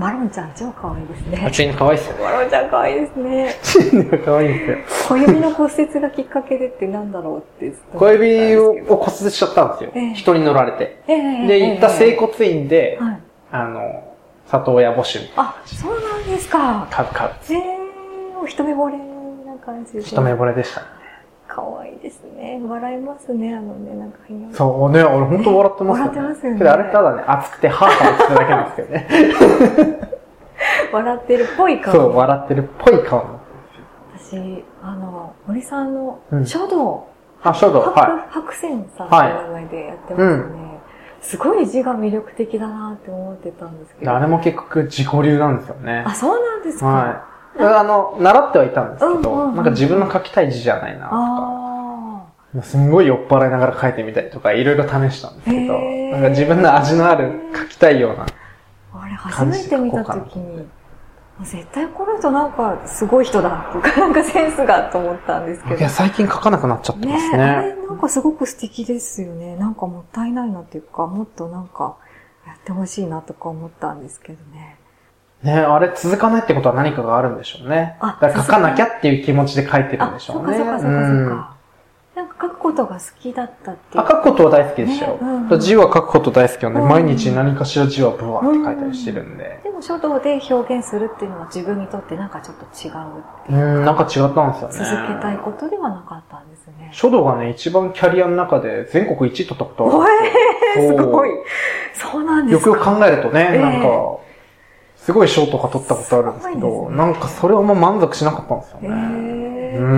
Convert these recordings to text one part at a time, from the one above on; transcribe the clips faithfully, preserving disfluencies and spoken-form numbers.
マロンちゃん超可愛いですね。 チーヌ可愛いですよね。 マロンちゃん可愛いですね。 チーヌが可愛いんですよ。 小指の骨折がきっかけでってなんだろうってずっと。 小指を骨折しちゃったんですよ。えー、人に乗られて。 えー、 で、行った整骨院で、 えーはい、 あの、里親募集みたいな。 あ、そうなんですか。 買う買う。 えー、一目惚れな感じで。 一目惚れでしたね。 可愛いですね。笑いますね、あのね、なんかそうね、俺本当笑ってますよね。 笑ってますよね。 けどあれただね、熱くてハーハーしてるだけなんですけどね。 笑ってるっぽい顔。 そう、笑ってるっぽい顔。 私、あの、森さんの書道。 うん、あ、書道、 はい。白線さんという名前でやってますよね、はいうん。すごい字が魅力的だなって思ってたんですけど。 あれも結局自己流なんですよね。 あ、そうなんですか。 はい。あの、習ってはいたんですけど、うんうんうん、なんか自分の書きたい字じゃないなとか、すんごい酔っ払いながら書いてみたりとか、いろいろ試したんですけど、なんか自分の味のある書きたいようなあれ、初めて見たときに、絶対この人なんかすごい人だとか、なんかセンスがと思ったんですけど。 いや、最近書かなくなっちゃってますね。 ね、あれなんかすごく素敵ですよね。なんかもったいないなっていうか、もっとなんかやってほしいなとか思ったんですけどね。 ね、あれ続かないってことは何かがあるんでしょうね。だから書かなきゃっていう気持ちで書いてるんでしょうね。 あ、そうかそうかそうかそうか。なんか書くことが好きだったっていう。 あ、書くことは大好きでしたよ。ねうんうん、字は書くこと大好きなんで、うん、毎日何かしら字はブワーって書いたりしてるんで、 うん。でも書道で表現するっていうのは自分にとってなんかちょっと違うっていう。 うん、なんか違ったんですよね。 続けたいことではなかったんですね。 書道がね、一番キャリアの中で全国一位取ったことあるんですよ。すごい。そうなんですか。 よくよく考えるとね、えー、なんか、すごい賞とか取ったことあるんですけど、ね、なんかそれはもう満足しなかったんですよね。 へうん。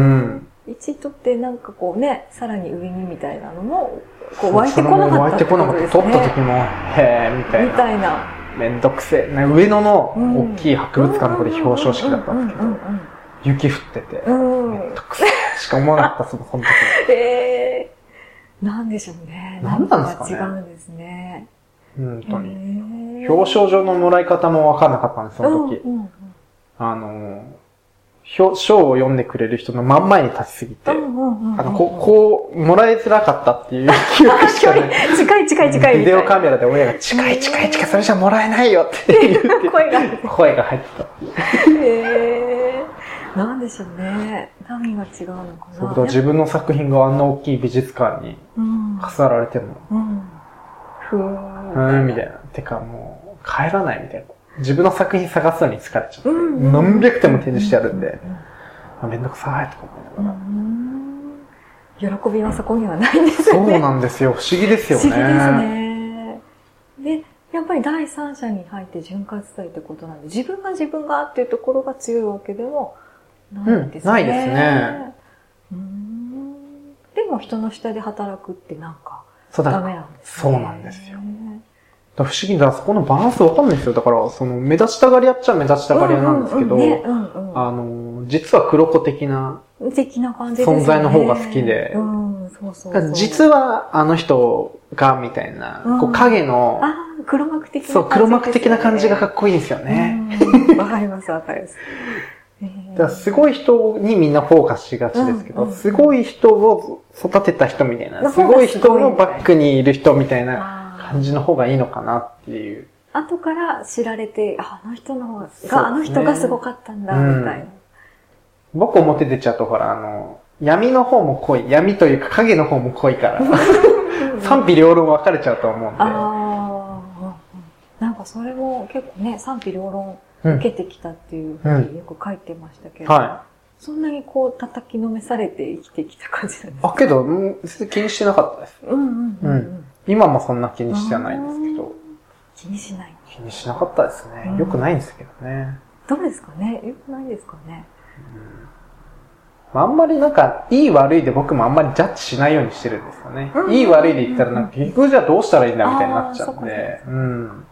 一位取ってなんかこうね、さらに上にみたいなのも、こう湧いてこなかったってことですね。湧いてこなかった。 取った時も、へーみたいな。 みたいな。 めんどくせえ。上野の大きい博物館のこれ表彰式だったんですけど、雪降ってて、めんどくせえしか思わなかった、その時。 えー、なんでしょうね。 なんなんですかね。 違うんですね。 本当に。表彰状のもらい方もわかんなかったんです、その時。うんうんうん、あの、表、章を読んでくれる人の真ん前に立ちすぎて、あの、こう、こう、もらいづらかったっていう記憶しかない。 近い近い近い。 ビデオカメラで親が近い近い近い、それじゃもらえないよって言って。 声が。 声が入ってた。 へー。なんでしょうね。何が違うのかな。 そうだ、自分の作品があんな大きい美術館に飾られても、 うんうんふーんみたいな。てかもう、帰らないみたいな。自分の作品探すのに疲れちゃって。うんうん、何百点も展示してあるんで、うんうん、めんどくさいとか思いながら、 うん。喜びはそこにはないんですよね。 そうなんですよ。不思議ですよね。 不思議ですね。で、やっぱり第三者に入って潤滑剤ってことなんで、自分が自分がっていうところが強いわけでもないですね。うん、 ないですね。 うーんでも人の下で働くってなんか、 そうだダメなんですね。 そうなんですよ。不思議だ、そこのバランスわかんないですよ。だから、その、目立ちたがり屋っちゃ目立ちたがり屋なんですけど、あの、実は黒子的な、 的な感じですね。 存在の方が好きで、 うんそうそうそう、 実はあの人が、みたいな、うん、こう影の、 あ黒幕的な感じ、ね。 そう、黒幕的な感じがかっこいいんですよね。 わかります、わかります。 だからすごい人にみんなフォーカスしがちですけど、うんうん、すごい人を育てた人みたいな、すごい人のバックにいる人みたいな感じの方がいいのかなっていう。 後から知られて、あの人の方が、ね、あの人がすごかったんだ、みたいな、うん。 僕表出ちゃうと、ほら、あの、闇の方も濃い、闇というか影の方も濃いから、賛否両論分かれちゃうと思うんで。 あなんかそれも結構ね、賛否両論受けてきたっていうふうによく書いてましたけど、うんうんはい、そんなにこう叩きのめされて生きてきた感じなんですか？ あ、けど、気にしてなかったです。 うんうんうんうん、 今もそんな気にしてはないんですけど。 気にしない。 気にしなかったですね。よくないんですけどね。 どうですかね？よくないですかね。 うん、あんまりなんか、いい悪いで僕もあんまりジャッジしないようにしてるんですよね。うん、いい悪いで言ったらなんか、結局じゃあどうしたらいいんだみたいになっちゃうんで。うん。どうなんだ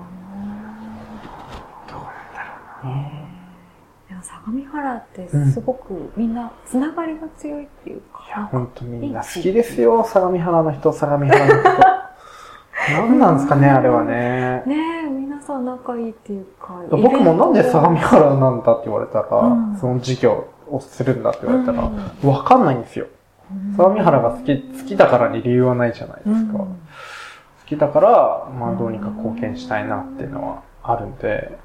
ろうな。 でも相模原ってすごくみんなつながりが強いっていうか。 いや、ほんとみんな好きですよ。相模原の人、相模原の人。何なんですかね、あれはね。 ねえ、皆さん仲いいっていうか。 僕もなんで相模原なんだって言われたら、うん、その授業をするんだって言われたら、うん、わかんないんですよ。うん、相模原が好き、好きだからに理由はないじゃないですか。うん、好きだから、まあどうにか貢献したいなっていうのはあるんで、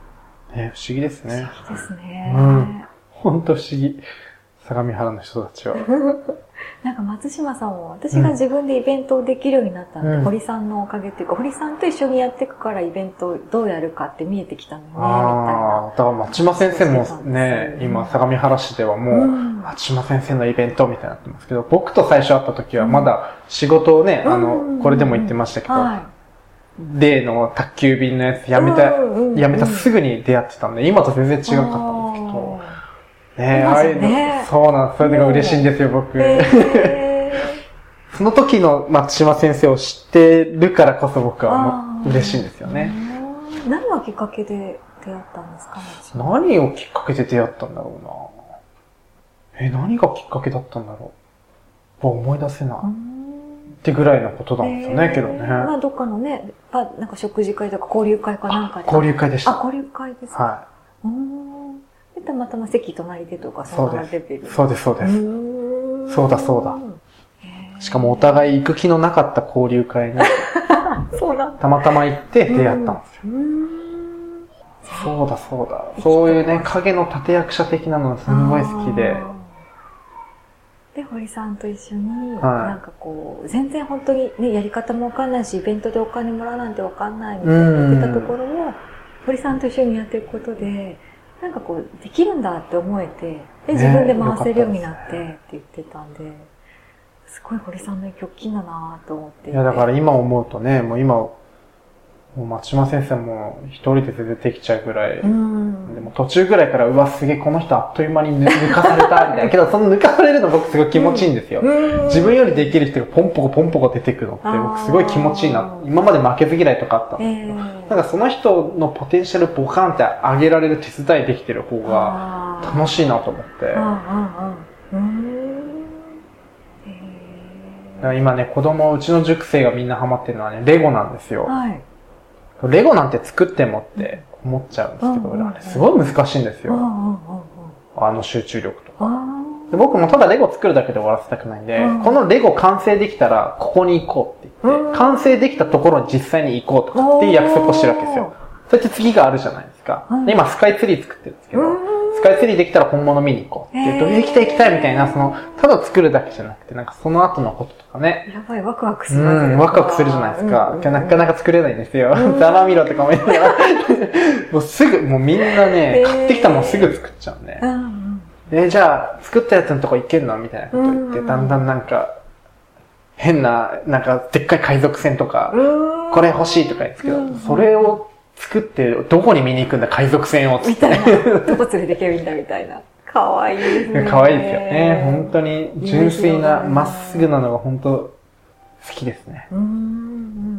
ね、不思議ですね。 不思議ですね。 うん。ほんと不思議。相模原の人たちは。 なんか松島さんも、私が自分でイベントをできるようになったので、うん、堀さんのおかげっていうか、堀さんと一緒にやっていくからイベントどうやるかって見えてきたのね、みたいな。 ああ、だから松島先生もね、今相模原市ではもう、うん、松島先生のイベントみたいになってますけど、僕と最初会った時はまだ仕事をね、うん、あの、これでも言ってましたけど、はい、例の宅急便のやつやめた、やめたすぐに出会ってたんで、今と全然違かったんですけど、ねえ、ああいうの、そうなんです。それが嬉しいんですよ、僕。その時の松島先生を知ってるからこそ僕は嬉しいんですよね。 何がきっかけで出会ったんですか？ 何をきっかけで出会ったんだろうな。え、何がきっかけだったんだろう。思い出せない。ってぐらいのことなんですよね、けどね。 まあ、どっかのね、なんか食事会とか交流会かなんかで。 交流会でした。 あ、交流会ですか。 はい。 で、たまたま席隣でとか、そんなレベル。 そうです、そうです。そうだ、そうだ。しかもお互い行く気のなかった交流会に、 そうだ。 たまたま行って出会ったんですよ。そうだ、そうだ。そういうね、影の立役者的なのすんごい好きで。 で、堀さんと一緒に、なんかこう、全然本当にね、やり方もわかんないし、イベントでお金もらうなんてわかんないみたいな言ってたところを、堀さんと一緒にやっていくことで、なんかこう、できるんだって思えて、で、自分で回せるようになってって言ってたんで、すごい堀さんの影響大きいんだなと思っていて。 いや、だから今思うとね、もう今、もう松島先生も一人で出てきちゃうぐらい、うん、でも途中ぐらいから、うわ、すげえ、この人あっという間に抜かされた、みたいな。けど、その抜かされるの僕すごい気持ちいいんですよ。うん、自分よりできる人がポンポコポンポコ出てくるのって僕すごい気持ちいいな。今まで負けず嫌いとかあったんですけど、えー、なんかその人のポテンシャルボカンって上げられる手伝いできてる方が楽しいなと思って。だから今ね、子供、うちの塾生がみんなハマってるのはね、レゴなんですよ。はい、レゴなんて作ってもって思っちゃうんですけど、あれすごい難しいんですよ。あの集中力とか。で僕もただレゴ作るだけで終わらせたくないんで、このレゴ完成できたらここに行こうって言って、完成できたところに実際に行こうとかっていう約束をしてるわけですよ。そうやって次があるじゃないですか。で今スカイツリー作ってるんですけど、スカイツリーできたら本物見に行こうって言うと、行きたい行きたいみたいな、その、ただ作るだけじゃなくて、なんかその後のこととかね。 やばい、ワクワクする。 うん、ワクワクするじゃないですか。なかなか作れないんですよ。ざまみろとかも言いながら。もうすぐ、もうみんなね、買ってきたもんすぐ作っちゃうね。え、じゃあ、作ったやつのとこ行けんのみたいなこと言って、だんだんなんか、変な、なんか、でっかい海賊船とか、これ欲しいとか言うんですけど、それを作って、どこに見に行くんだ、海賊船を。 みたいな。どこ連れてけるんだ、みたいな。かわいいですね。 かわいいですよね。本当に、純粋な、まっすぐなのが本当、好きですね。うんうんうん、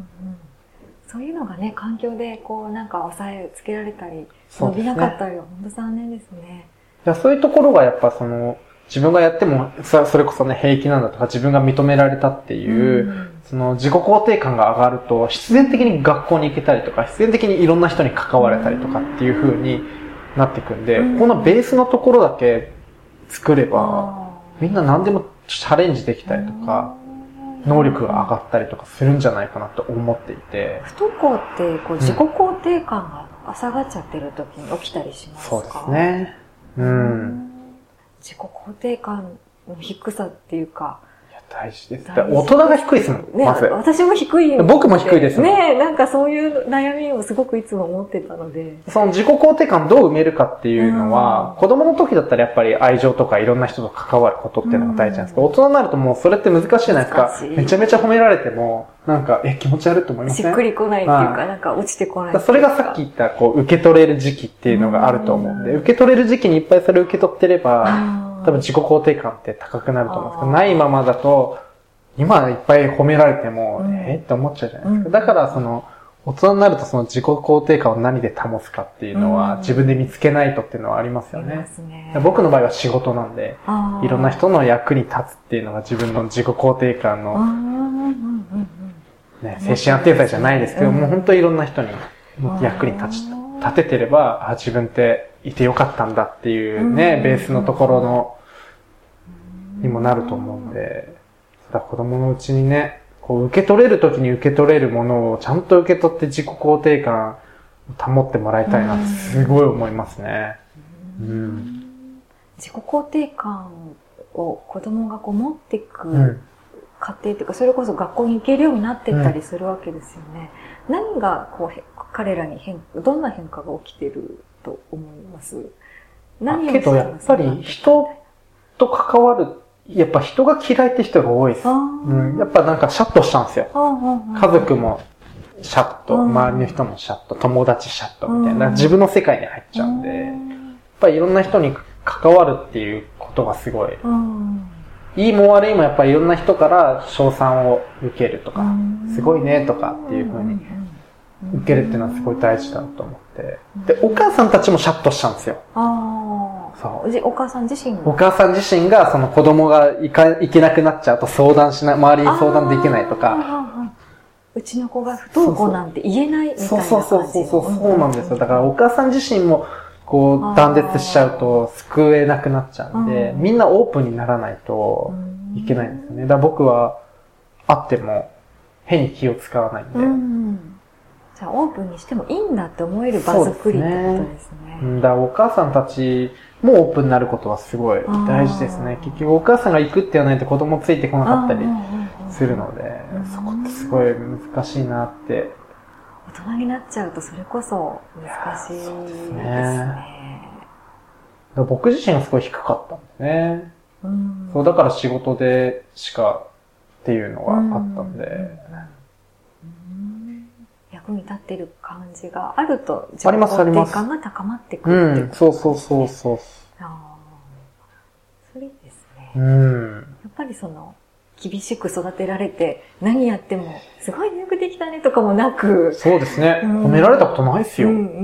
そういうのがね、環境で、こう、なんか抑えつけられたり、伸びなかったりは、本当残念ですね。 いや、そういうところがやっぱその、自分がやっても、それこそね、平気なんだとか、自分が認められたっていう、うん、その自己肯定感が上がると、必然的に学校に行けたりとか、必然的にいろんな人に関われたりとかっていう風になっていくんで、うん、このベースのところだけ作れば、みんな何でもチャレンジできたりとか、能力が上がったりとかするんじゃないかなと思っていて。 不登校ってこう自己肯定感が下がっちゃってる時に起きたりしますか？ そうですね。うん。 自己肯定感の低さっていうか。 いや、大事です。大人が低いですもん、 ね、まず。私も低い。 僕も低いですもん。 ねえ、なんかそういう悩みをすごくいつも思ってたので。 その自己肯定感どう埋めるかっていうのは、子供の時だったらやっぱり愛情とかいろんな人と関わることっていうのが大事なんですけど、大人になるともうそれって難しいじゃないですか。めちゃめちゃ褒められても、なんか、え、気持ち悪いと思いません？ しっくりこないっていうか、なんか落ちてこない。 それがさっき言った、こう、受け取れる時期っていうのがあると思うんで、受け取れる時期にいっぱいそれを受け取ってれば、多分自己肯定感って高くなると思うんですけど、ないままだと、今いっぱい褒められても、うん、えって思っちゃうじゃないですか。だからその、大人になるとその自己肯定感を何で保つかっていうのは、自分で見つけないとっていうのはありますよね。ね、僕の場合は仕事なんで、いろんな人の役に立つっていうのが自分の自己肯定感の、ね、精神安定剤じゃないですけど、もう本当にいろんな人に役に立ち、立ててれば、あ、自分っていてよかったんだっていうね、ベースのところの、にもなると思うんで、子供のうちにね、こう受け取れるときに受け取れるものをちゃんと受け取って自己肯定感保ってもらいたいなってすごい思いますね。うん、 自己肯定感を子供がこう持っていく過程というか、それこそ学校に行けるようになってったりするわけですよね。うん、何がこう彼らに変どんな変化が起きてると思います？ 何をけどやっぱり人と関わる、やっぱ人が嫌いって人が多いです。うん、やっぱなんかシャッとしたんですよ。家族もシャッと、周りの人もシャッと、友達シャッとみたいな、自分の世界に入っちゃうんで、やっぱりいろんな人に関わるっていうことがすごい、いいも悪いもやっぱりいろんな人から称賛を受けるとか、すごいねとかっていう風に受けるっていうのはすごい大事だと思って、で、お母さんたちもシャッとしたんですよ。 そう。お母さん自身お母さん自身がその子供が行か、行けなくなっちゃうと相談しない、周りに相談できないとか、 うちの子が不登校なんて言えないみたいな感じ。 そうそうそうそう、そうなんですよ。だからお母さん自身もこう断絶しちゃうと救えなくなっちゃうんで、みんなオープンにならないといけないんですよね。だから僕は会っても変に気を使わないんで。うん、 じゃあオープンにしてもいいんだって思える場作りってことですね。 うん、だからお母さんたちもオープンになることはすごい大事ですね。結局お母さんが行くって言わないと子供ついてこなかったりするので、そこってすごい難しいなって。 大人になっちゃうとそれこそ難しいですね。ですね、 僕自身がすごい低かったんですね。うん、そうだから仕事でしかっていうのがあったんで、うんうん、役に立ってる感じがあると自己肯定感が高まってくるっていう、 うん、そうそうそうそう。 あ、それいいですね。 うん、 やっぱりその厳しく育てられて何やってもすごいよくできたねとかもなく、 そうですね、うん、褒められたことないですよ。うんうんうん、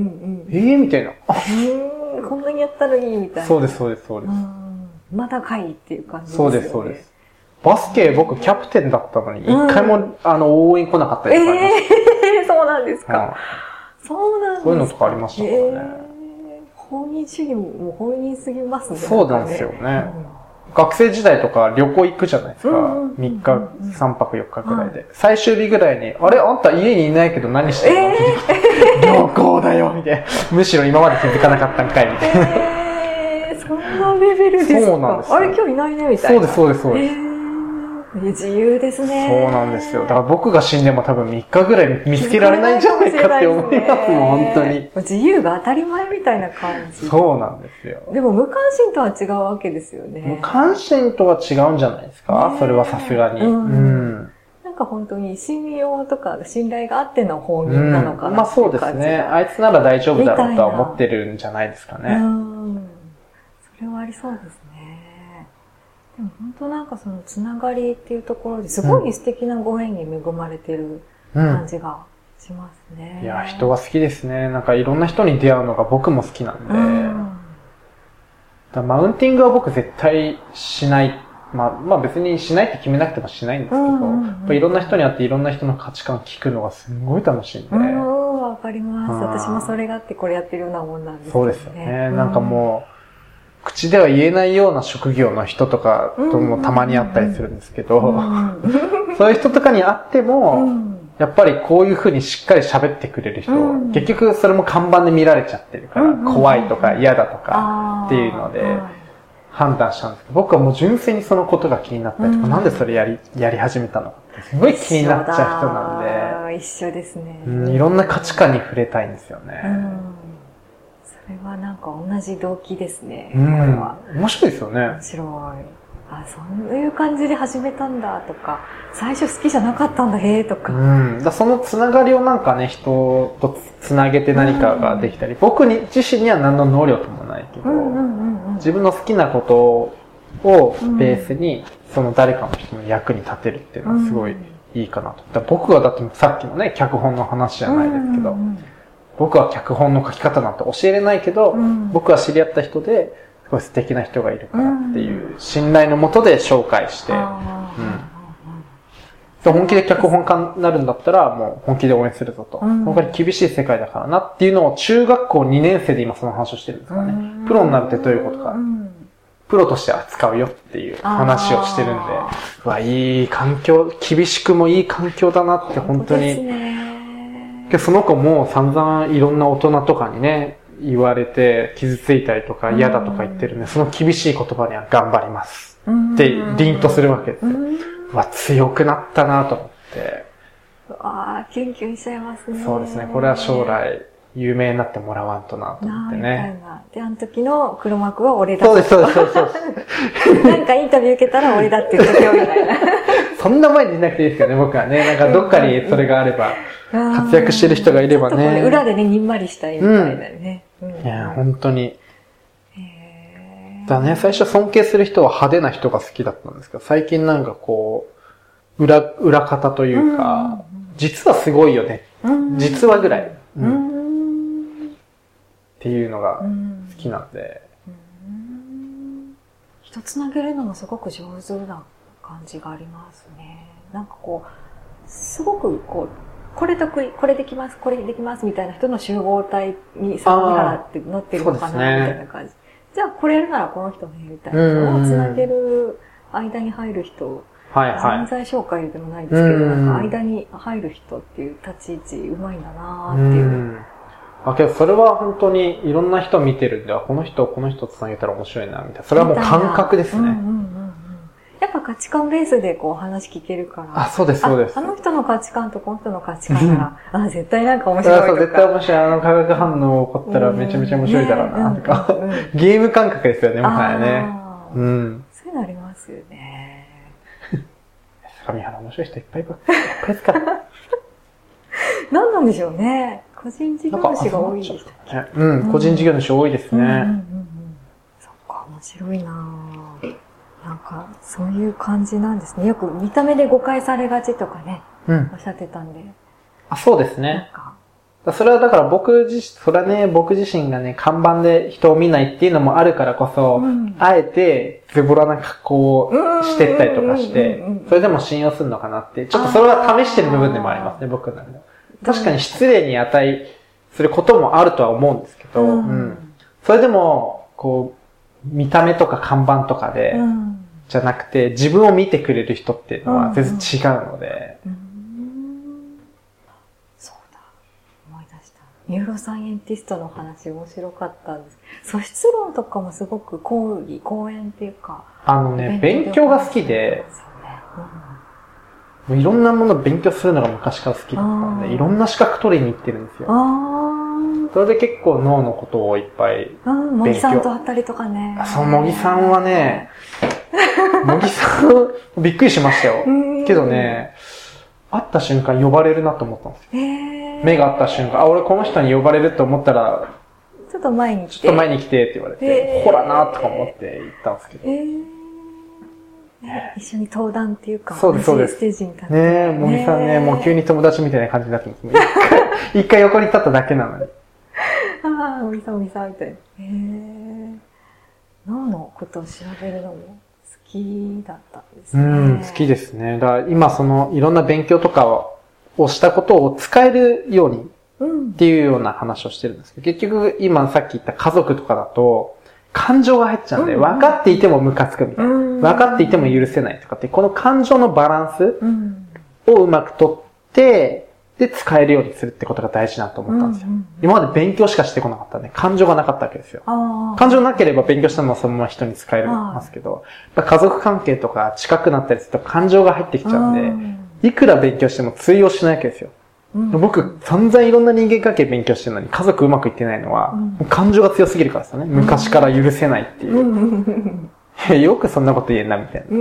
ええー、みたいな。 うん、こんなにやったのにみたいな。 そうですそうですそうです。 うん、まだかいっていう感じですよね。そうですそうです。バスケ僕キャプテンだったのに一回も、うん、あの応援来なかったりとかありました。 えー、そうなんですか。うん、そうなんですか。 そういうのとかありましたからね。えー、 放任主義も放任すぎますね。 そうなんですよね。うん、学生時代とか旅行行くじゃないですか。うんうん、みっか、さんぱくよっかくらいで。うん、最終日ぐらいに、あれあんた家にいないけど何してるの、えー、旅行だよみたいな。むしろ今まで気づかなかったんかいみたいな。 えー、そんなレベルですか。 そうなんですよ。 あれ今日いないねみたいな。 そうですそうですそうです。えー自由ですね。 そうなんですよ。だから僕が死んでも多分みっかぐらい見つけられないんじゃないかって思いますもん、本当に。 自由が当たり前みたいな感じ。 そうなんですよ。 でも無関心とは違うわけですよね。 無関心とは違うんじゃないですか、それはさすがに。うん。うん、 なんか本当に信用とか信頼があっての放任なのかな、うん、 まあそうですね。あいつなら大丈夫だろうとは思ってるんじゃないですかね。 うん。それはありそうですね。でも本当なんかそのつながりっていうところですごい素敵なご縁に恵まれてる感じがしますね。 うん、いや、人が好きですね。なんかいろんな人に出会うのが僕も好きなんで。うん、だマウンティングは僕絶対しない。まあ、まあ別にしないって決めなくてもしないんですけど、うんうんうん、やっぱいろんな人に会っていろんな人の価値観聞くのがすごい楽しいんで。 うん、わかります。私もそれがあってこれやってるようなもんなんですけどね。 そうですよね。なんかもう、口では言えないような職業の人とかともたまに会ったりするんですけど、そういう人とかに会っても、うん、やっぱりこういう風にしっかり喋ってくれる人、うん、結局それも看板で見られちゃってるから、うん、怖いとか嫌だとかっていうので判断したんですけど、僕はもう純粋にそのことが気になったりとか、うん、なんでそれやり、やり始めたのかってすごい気になっちゃう人なんで、 一緒ですね、 うん。いろんな価値観に触れたいんですよね。 うんそれはなんか同じ動機ですね。 うん。面白いですよね。 面白い。あ、そういう感じで始めたんだとか、最初好きじゃなかったんだ、へえとか。 うん。だそのつながりをなんかね、人とつなげて何かができたり、うん、僕に自身には何の能力もないけど、うんうんうんうん、自分の好きなことをベースに、その誰かの人の役に立てるっていうのはすごいいいかなと。だ僕はだってさっきのね、脚本の話じゃないですけど、うんうんうん僕は脚本の書き方なんて教えれないけど、うん、僕は知り合った人で、すごい素敵な人がいるからっていう信頼のもとで紹介して、うん、本気で脚本家になるんだったら、もう本気で応援するぞと。うん、本当に厳しい世界だからなっていうのを中学校にねん生で今その話をしてるんですからね。うん、プロになるってどういうことか。うん、プロとして扱うよっていう話をしてるんで、うわ、いい環境、厳しくもいい環境だなって本当に。 でその子も散々いろんな大人とかにね、言われて傷ついたりとか嫌だとか言ってるんで、その厳しい言葉には頑張ります。って凛とするわけですよ。うわ、強くなったなと思って。 ああ、キュンキュンしちゃいますね。 そうですね。これは将来有名になってもらわんとなと思ってね。 で、あの時の黒幕は俺だそうです、そうです、そうです。 なんかインタビュー受けたら俺だって言っとけよみたいな。 そんな前に出なくていいですよね、僕はね。なんかどっかにそれがあれば、活躍してる人がいればね。 裏でね、にんまりしたいみたいなね。 うん、いや、本当に。だね、最初尊敬する人は派手な人が好きだったんですけど、最近なんかこう、裏、裏方というか、実はすごいよね。実はぐらい。うん、っていうのが好きなんで。 人つなげるのもすごく上手な感じがありますね。なんかこう、すごくこう、これ得意、これできます、これできますみたいな人の集合体に相模原って乗ってるのかな、みたいな感じ。じゃあこれやるならこの人ね、みたいなのをつなげる間に入る人、 はいはい、 人材紹介でもないですけど、なんか間に入る人っていう立ち位置うまいんだなーっていう。うあ、けどそれは本当にいろんな人見てるんで、この人、この人つなげたら面白いな、みたいな。それはもう感覚ですね。うんうんうんうん、 やっぱ価値観ベースでこう話聞けるから。 あ、そうです、そうです。 あの人の価値観とこの人の価値観なら、あ、絶対なんか面白いとか。 そう、絶対面白い。あの化学反応起こったらめちゃめちゃ面白いだろうな、とか。ゲーム感覚ですよね、もはやね。うん。 そういうのありますよね。 相模原面白い人いっぱいいっぱいですから。 何なんでしょうね。個人事業主が多いですね。うん、個人事業主多いですね。 そっか、面白いなぁ。なんか、そういう感じなんですね。よく見た目で誤解されがちとかね、うん、おっしゃってたんで。 あ、そうですね。それはだから僕自身、それはね、僕自身がね、看板で人を見ないっていうのもあるからこそ、うん、あえてズボラな格好をしてったりとかして、それでも信用するのかなって、ちょっとそれは試してる部分でもありますね、僕なんで。確かに失礼に値することもあるとは思うんですけど、うんうん、それでも、こう、見た目とか看板とかで、うん、じゃなくて、自分を見てくれる人っていうのは全然違うので、うんうん、 そうだ、思い出した。ニューロサイエンティストの話面白かったんです。素質論とかもすごく講義、講演っていうか。 あのね、勉強が好きで、いろんなものを勉強するのが昔から好きだったんで、いろんな資格取りに行ってるんですよ。それで結構脳のことをいっぱい勉強。 茂木さんと会ったりとかね。 そう、茂木さんはね、茂木さん、びっくりしましたよ。けどね、会った瞬間呼ばれるなと思ったんですよ。目が合った瞬間、あ、俺この人に呼ばれると思ったら、 ちょっと前に来て。 ちょっと前に来てって言われて、ほらなとか思って行ったんですけど。 一緒に登壇っていうか、 そうです、そうです。 ステージに立って。 ねえ、茂木さんね、もう急に友達みたいな感じになってます。一回、一回横に立っただけなのに。 ああ、茂木さん、茂木さんみたいな。へえ。脳のことを調べるのも好きだったんですね。うん、 好きですね。だから今その、いろんな勉強とかをしたことを使えるようにっていうような話をしてるんですけど、結局今さっき言った家族とかだと、感情が入っちゃうんで、分かっていてもムカつくみたいな。分かっていても許せないとかって、この感情のバランスをうまく取って、で、使えるようにするってことが大事だと思ったんですよ。今まで勉強しかしてこなかったんで、感情がなかったわけですよ。感情なければ勉強したのはそのまま人に使えますけど、やっぱ家族関係とか近くなったりすると感情が入ってきちゃうんで、いくら勉強しても通用しないわけですよ。うん、僕、散々いろんな人間関係勉強してるのに家族うまくいってないのは、うん、感情が強すぎるからですよね。昔から許せないっていう。うん、よくそんなこと言えんな、みたいな。うん、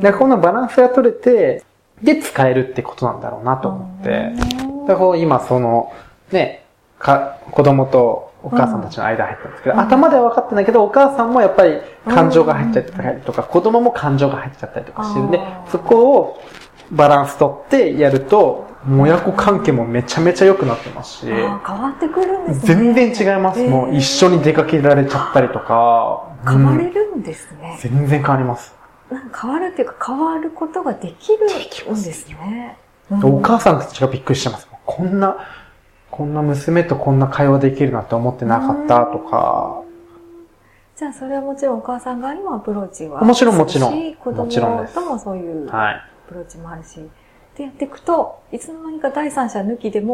だからこのバランスが取れて、で使えるってことなんだろうなと思って。だから今その、ね、か、子供とお母さんたちの間入ったんですけど、うん、頭では分かってないけど、お母さんもやっぱり感情が入っちゃったりとか、子供も感情が入っちゃったりとかしてるんで、そこをバランス取ってやると、親子関係もめちゃめちゃ良くなってますし。 変わってくるんですね。 全然違います。もう一緒に出かけられちゃったりとか。 変われるんですね。 うん、全然変わります。 変わるっていうか変わることができるんですね。 うん、お母さんたちがびっくりしてます。こんな、こんな娘とこんな会話できるなんて思ってなかったとか。 じゃあそれはもちろんお母さん側にもアプローチはもちろんもちろん。 子供ともそういうアプローチもあるし。でやっていくと、いつの間にか第三者抜きでも、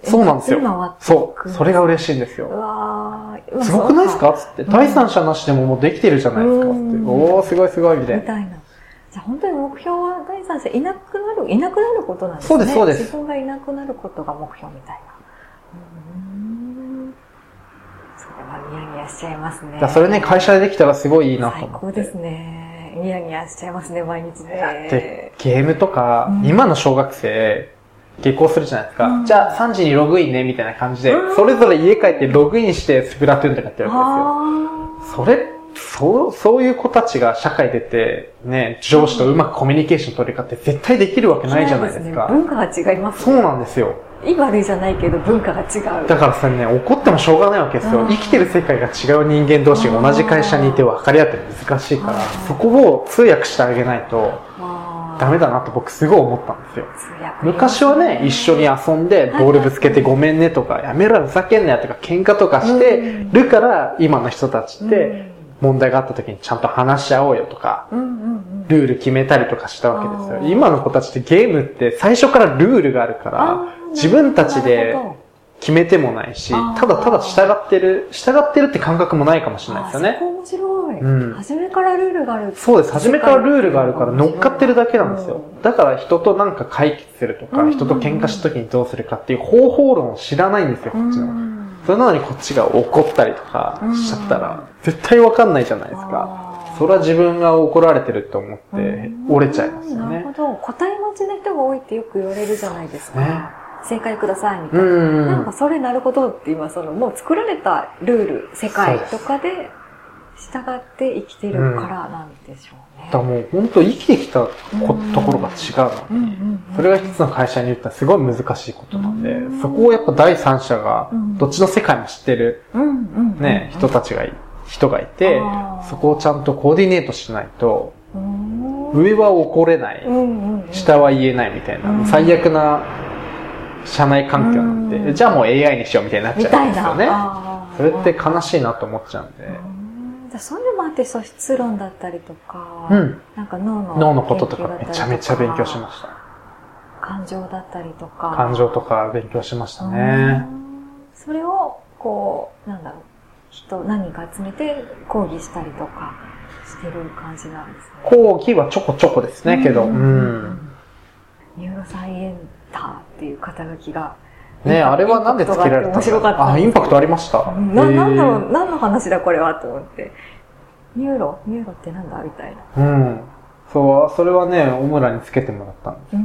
そうなんですよ。そう。それが嬉しいんですよ。うわー。すごくないですかつって。第三者なしでももうできてるじゃないですかつって。おー、すごいすごいみたいな。みたいな。 じゃあ本当に目標は第三者いなくなる、いなくなることなんですね。 そうです、そうです。 自分がいなくなることが目標みたいな。うーん。それはニヤニヤしちゃいますね。 それね、会社でできたらすごいいいなと思って。 最高ですね。ニヤニヤしちゃいますね、毎日で。 で、ゲームとか、うん、今の小学生、下校するじゃないですか。うん、じゃあさんじにログインね、みたいな感じで、うん、それぞれ家帰ってログインしてスプラトゥーンとかやってるわけですよ。それ、そう、そういう子たちが社会出て、ね、上司とうまくコミュニケーション取り方って絶対できるわけないじゃないですか。 文化が違いますね。 そうなんですよ。 いい悪いじゃないけど文化が違う。 だからそれね、怒ってもしょうがないわけですよ。生きてる世界が違う人間同士が同じ会社にいて分かり合って難しいから、そこを通訳してあげないとダメだなと僕すごい思ったんですよ。昔はね、一緒に遊んでボールぶつけてごめんねとか、やめろふざけんなよとか喧嘩とかしてるから、今の人たちって問題があった時にちゃんと話し合おうよとか、ルール決めたりとかしたわけですよ。今の子たちってゲームって最初からルールがあるから、自分たちで決めてもないし、ただただ従ってる、従ってるって感覚もないかもしれないですよね。 そこ面白い。うん。初めからルールがある。 そうです。初めからルールがあるから乗っかってるだけなんですよ。だから人となんか解決するとか、人と喧嘩した時にどうするかっていう方法論を知らないんですよ、こっちの。それなのにこっちが怒ったりとかしちゃったら、絶対わかんないじゃないですか。それは自分が怒られてると思って折れちゃいますよね。 なるほど。答え待ちの人が多いってよく言われるじゃないですか。ね、正解くださいみたいな。うんなんかそれなるほどって今そのもう作られたルール、世界とかで従って生きてるからなんでしょうね。 だからもう本当生きてきたところが違うので、それが一つの会社に言ったらすごい難しいことなんで、そこをやっぱ第三者がどっちの世界も知ってるね、人たちがいる。人がいて、そこをちゃんとコーディネートしないと、上は怒れない、下は言えないみたいな、最悪な社内環境なんで、じゃあもう エーアイ にしようみたいになっちゃうんですよね。それって悲しいなと思っちゃうんで。 そういうのもあって素質論だったりとか、 うん、 なんか脳の脳のこととかめちゃめちゃ勉強しました。 感情だったりとか。 感情とか勉強しましたね。 それを、こう、なんだろう。人何人か集めて講義したりとかしてる感じなんですね。 講義はちょこちょこですね、けど。うん。 ニューロサイエンターっていう肩書きが。 ねあれはなんでつけられたの？ 面白かった。 あ、インパクトありました。 な、なんだろう、何の話だこれはと思って。ニューロニューロってなんだみたいな。 うん。そう、それはね、オムラにつけてもらったんですけど。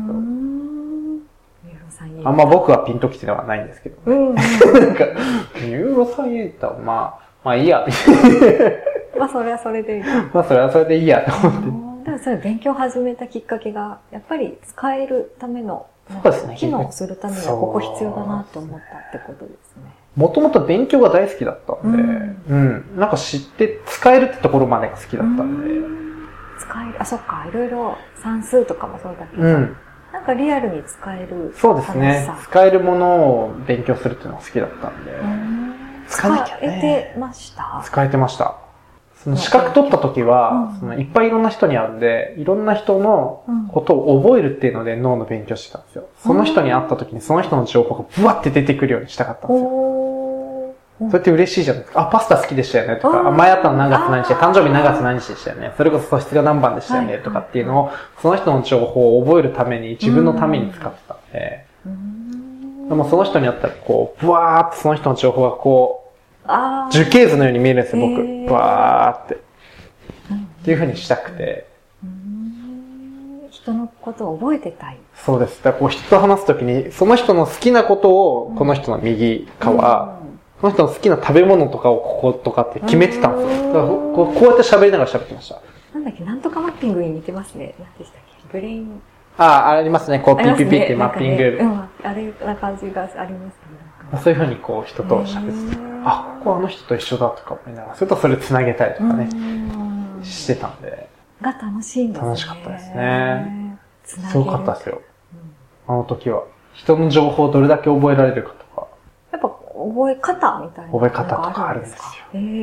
あんま僕はピンときてはないんですけど、ね。うん、なんか、ニューロサイエンターまあ、まあいいや。 まあそれはそれでいい。 まあそれはそれでいいやと思って。 だからそれ勉強始めたきっかけが、やっぱり使えるための、 そうですね。 機能するためにはここ必要だなと思ったってことですね。 もともと勉強が大好きだったんで、うん、うん。なんか知って使えるってところまでが好きだったんで。うん、 使える、あ、そっか、いろいろ算数とかもそうだけど。うんなんかリアルに使える。 そうですね。使えるものを勉強するっていうのが好きだったんで。 使なきゃね。使えてました？ 使えてました。その資格取った時は、うん、そのいっぱいいろんな人に会うんで、いろんな人のことを覚えるっていうので脳の勉強してたんですよ。その人に会った時にその人の情報がブワって出てくるようにしたかったんですよ。それって嬉しいじゃないですか。あ、パスタ好きでしたよねとか、あ前あったの何月何日で、誕生日何月何日でしたよね。それこそ素質が何番でしたよねとかっていうのを、その人の情報を覚えるために、自分のために使ってたんで、でもその人に会ったらこう、ブワーってその人の情報がこう、樹形図のように見えるんですよ、僕。ブワーって。っていう風にしたくて。 人のことを覚えてたい。 そうです。だからこう人と話すときに、その人の好きなことを、この人の右側、その人の好きな食べ物とかをこことかって決めてたんですよ。だからこう、こうやって喋りながら喋ってました。 なんだっけ、なんとかマッピングに似てますね。何でしたっけ、ブレイン。 ああ、ありますね。こう、ピーピーピーってマッピング。 ね、うん、あれな感じがありますね。 そういうふうにこう、人と喋って、あ、ここあの人と一緒だとか思いながら、それとそれ繋げたりとかね、してたんで。 が楽しいんですね。 楽しかったですね。すごかったですよ。あの時は。人の情報をどれだけ覚えられるかとか。 やっぱ覚え方みたいな。 覚え方とかあるんですよ。 へー。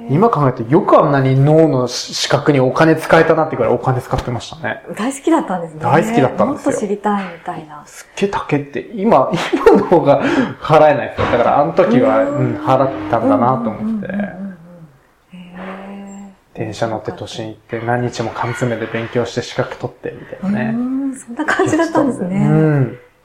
今考えてよくあんなに脳の資格にお金使えたなってくらいお金使ってましたね。 大好きだったんですね。 大好きだったんですよ。 もっと知りたいみたいな。 すっげえ竹って、今、今の方が払えないですよ。だからあの時は、うん、払ったんだなと思って。電車乗って都心行って何日も缶詰で勉強して資格取ってみたいなね。 うん、そんな感じだったんですね。 うん。